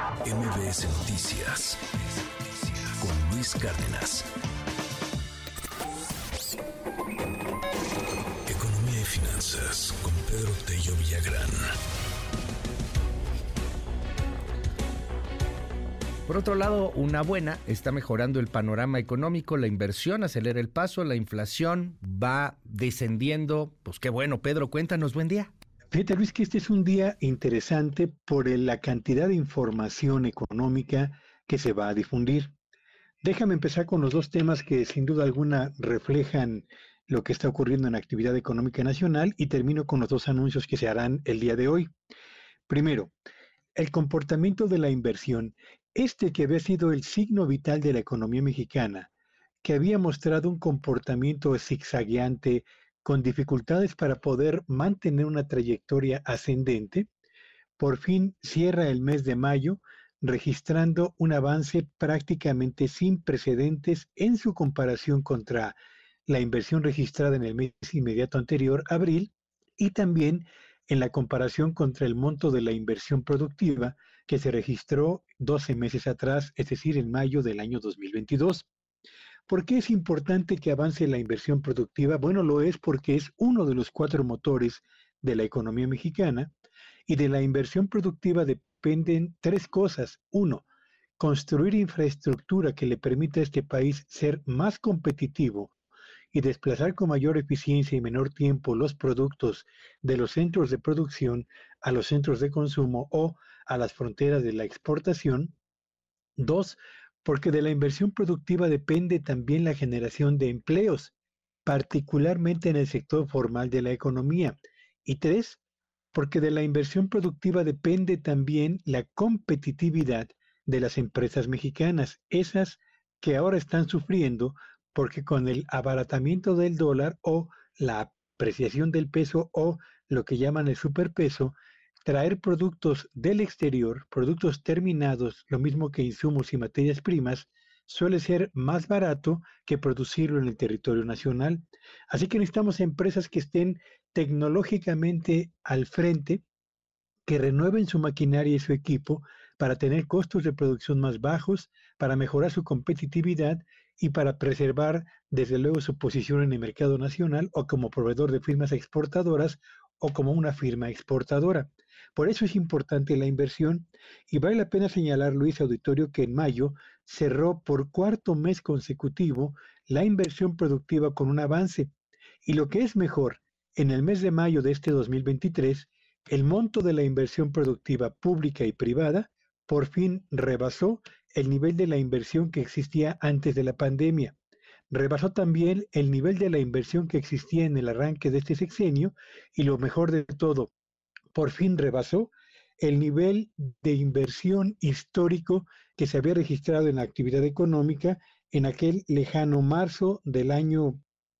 MBS Noticias con Luis Cárdenas. Economía y finanzas con Pedro Tello Villagrán. Por otro lado, una buena, está mejorando el panorama económico, la inversión acelera el paso, la inflación va descendiendo. Pues qué bueno, Pedro, cuéntanos, buen día. Fíjate, Luis, que este es un día interesante por la cantidad de información económica que se va a difundir. Déjame empezar con los dos temas que sin duda alguna reflejan lo que está ocurriendo en la actividad económica nacional y termino con los dos anuncios que se harán el día de hoy. Primero, el comportamiento de la inversión, que había sido el signo vital de la economía mexicana, que había mostrado un comportamiento zigzagueante con dificultades para poder mantener una trayectoria ascendente, por fin cierra el mes de mayo registrando un avance prácticamente sin precedentes en su comparación contra la inversión registrada en el mes inmediato anterior, abril, y también en la comparación contra el monto de la inversión productiva que se registró 12 meses atrás, es decir, en mayo del año 2022. ¿Por qué es importante que avance la inversión productiva? Bueno, lo es porque es uno de los 4 motores de la economía mexicana y de la inversión productiva dependen 3 cosas. 1, construir infraestructura que le permita a este país ser más competitivo y desplazar con mayor eficiencia y menor tiempo los productos de los centros de producción a los centros de consumo o a las fronteras de la exportación. 2, porque de la inversión productiva depende también la generación de empleos, particularmente en el sector formal de la economía. Y 3, porque de la inversión productiva depende también la competitividad de las empresas mexicanas, esas que ahora están sufriendo porque con el abaratamiento del dólar o la apreciación del peso o lo que llaman el superpeso, traer productos del exterior, productos terminados, lo mismo que insumos y materias primas, suele ser más barato que producirlo en el territorio nacional. Así que necesitamos empresas que estén tecnológicamente al frente, que renueven su maquinaria y su equipo para tener costos de producción más bajos, para mejorar su competitividad y para preservar desde luego su posición en el mercado nacional o como proveedor de firmas exportadoras o como una firma exportadora. Por eso es importante la inversión y vale la pena señalar, Luis Auditorio, que en mayo cerró por 4º mes consecutivo la inversión productiva con un avance. Y lo que es mejor, en el mes de mayo de este 2023, el monto de la inversión productiva pública y privada por fin rebasó el nivel de la inversión que existía antes de la pandemia. Rebasó también el nivel de la inversión que existía en el arranque de este sexenio y lo mejor de todo, por fin rebasó el nivel de inversión histórico que se había registrado en la actividad económica en aquel lejano marzo del año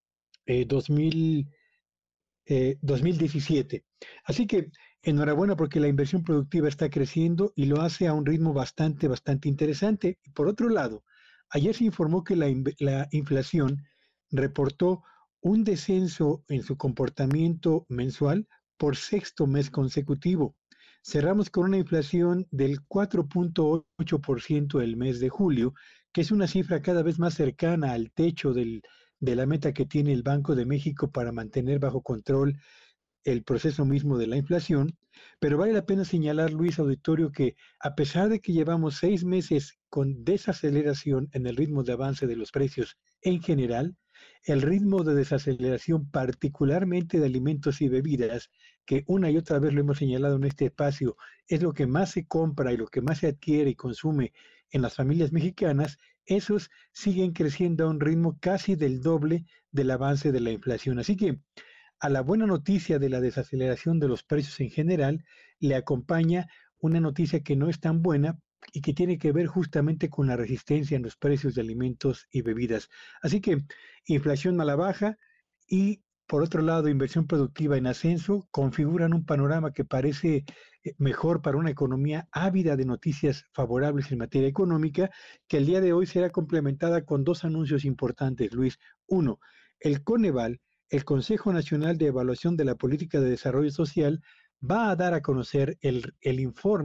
2017. Así que enhorabuena porque la inversión productiva está creciendo y lo hace a un ritmo bastante interesante. Y por otro lado, ayer se informó que la inflación reportó un descenso en su comportamiento mensual por 6º mes consecutivo. Cerramos con una inflación del 4.8% el mes de julio, que es una cifra cada vez más cercana al techo de la meta que tiene el Banco de México para mantener bajo control el proceso mismo de la inflación, pero vale la pena señalar, Luis Auditorio, que a pesar de que llevamos 6 meses con desaceleración en el ritmo de avance de los precios en general, el ritmo de desaceleración particularmente de alimentos y bebidas, que una y otra vez lo hemos señalado en este espacio, es lo que más se compra y lo que más se adquiere y consume en las familias mexicanas, esos siguen creciendo a un ritmo casi del doble del avance de la inflación. Así que a la buena noticia de la desaceleración de los precios en general, le acompaña una noticia que no es tan buena y que tiene que ver justamente con la resistencia en los precios de alimentos y bebidas. Así que inflación a la baja y, por otro lado, inversión productiva en ascenso configuran un panorama que parece mejor para una economía ávida de noticias favorables en materia económica, que el día de hoy será complementada con 2 anuncios importantes, Luis. Uno, el Coneval, el Consejo Nacional de Evaluación de la Política de Desarrollo Social, va a dar a conocer el informe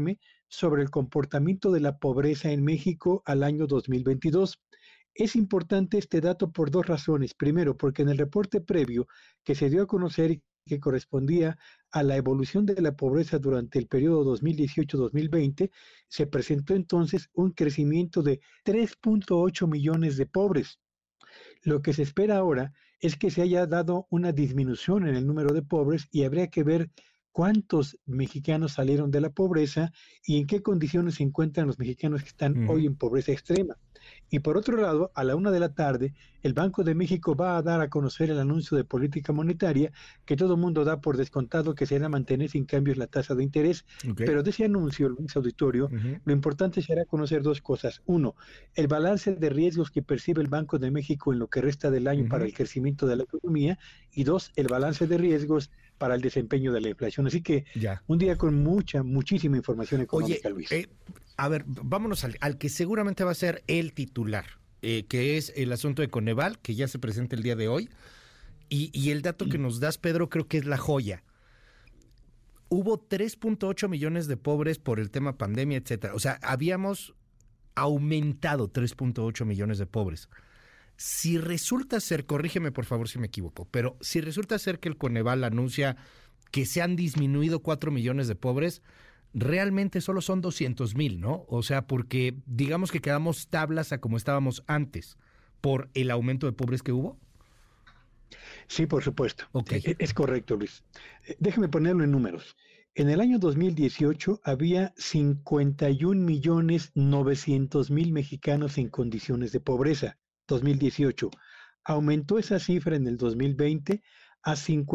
sobre el comportamiento de la pobreza en México al año 2022. Es importante este dato por dos razones. Primero, porque en el reporte previo que se dio a conocer y que correspondía a la evolución de la pobreza durante el periodo 2018-2020, se presentó entonces un crecimiento de 3.8 millones de pobres. Lo que se espera ahora es que se haya dado una disminución en el número de pobres y habría que ver cuántos mexicanos salieron de la pobreza y en qué condiciones se encuentran los mexicanos que están hoy en pobreza extrema. Y por otro lado, a la 1 de la tarde, el Banco de México va a dar a conocer el anuncio de política monetaria que todo el mundo da por descontado que será mantener sin cambios la tasa de interés. Okay. Pero de ese anuncio, Luis Auditorio, lo importante será conocer dos cosas. Uno, el balance de riesgos que percibe el Banco de México en lo que resta del año para el crecimiento de la economía. Y dos, el balance de riesgos para el desempeño de la inflación. Así que un día con muchísima información económica, Oye, Luis. A ver, vámonos al que seguramente va a ser el titular, que es el asunto de Coneval, que ya se presenta el día de hoy. Y el dato que nos das, Pedro, creo que es la joya. Hubo 3.8 millones de pobres por el tema pandemia, etcétera. O sea, habíamos aumentado 3.8 millones de pobres. Si resulta ser, corrígeme por favor si me equivoco, pero si resulta ser que el Coneval anuncia que se han disminuido 4 millones de pobres, realmente solo son 200,000, ¿no? O sea, porque digamos que quedamos tablas a como estábamos antes por el aumento de pobres que hubo. Sí, por supuesto. Okay. Es correcto, Luis. Déjame ponerlo en números. En el año 2018 había 51.900.000 mexicanos en condiciones de pobreza. 2018. Aumentó esa cifra en el 2020 a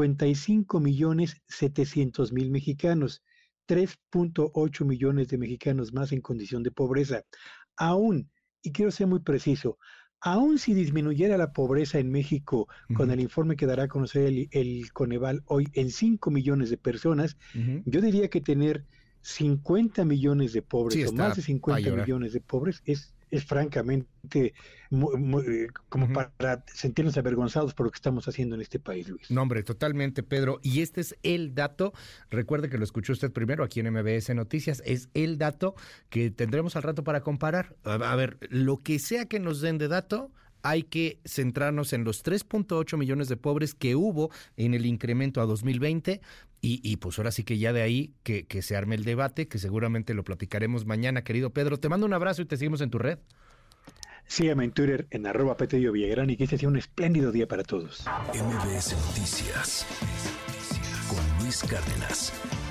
55.700.000 mexicanos. 3.8 millones de mexicanos más en condición de pobreza. Aún, y quiero ser muy preciso, aún si disminuyera la pobreza en México con el informe que dará a conocer el Coneval hoy en 5 millones de personas, yo diría que tener 50 millones de pobres o más de 50 millones de pobres es francamente como para sentirnos avergonzados por lo que estamos haciendo en este país, Luis. No, hombre, totalmente, Pedro. Y este es el dato, recuerde que lo escuchó usted primero aquí en MBS Noticias, es el dato que tendremos al rato para comparar. A ver, lo que sea que nos den de dato, hay que centrarnos en los 3.8 millones de pobres que hubo en el incremento a 2020 y pues ahora sí que ya de ahí que se arme el debate, que seguramente lo platicaremos mañana, querido Pedro. Te mando un abrazo y te seguimos en tu red. Sígueme en Twitter en @PetelloVillagrán y que este sea un espléndido día para todos. MBS Noticias con Luis Cárdenas.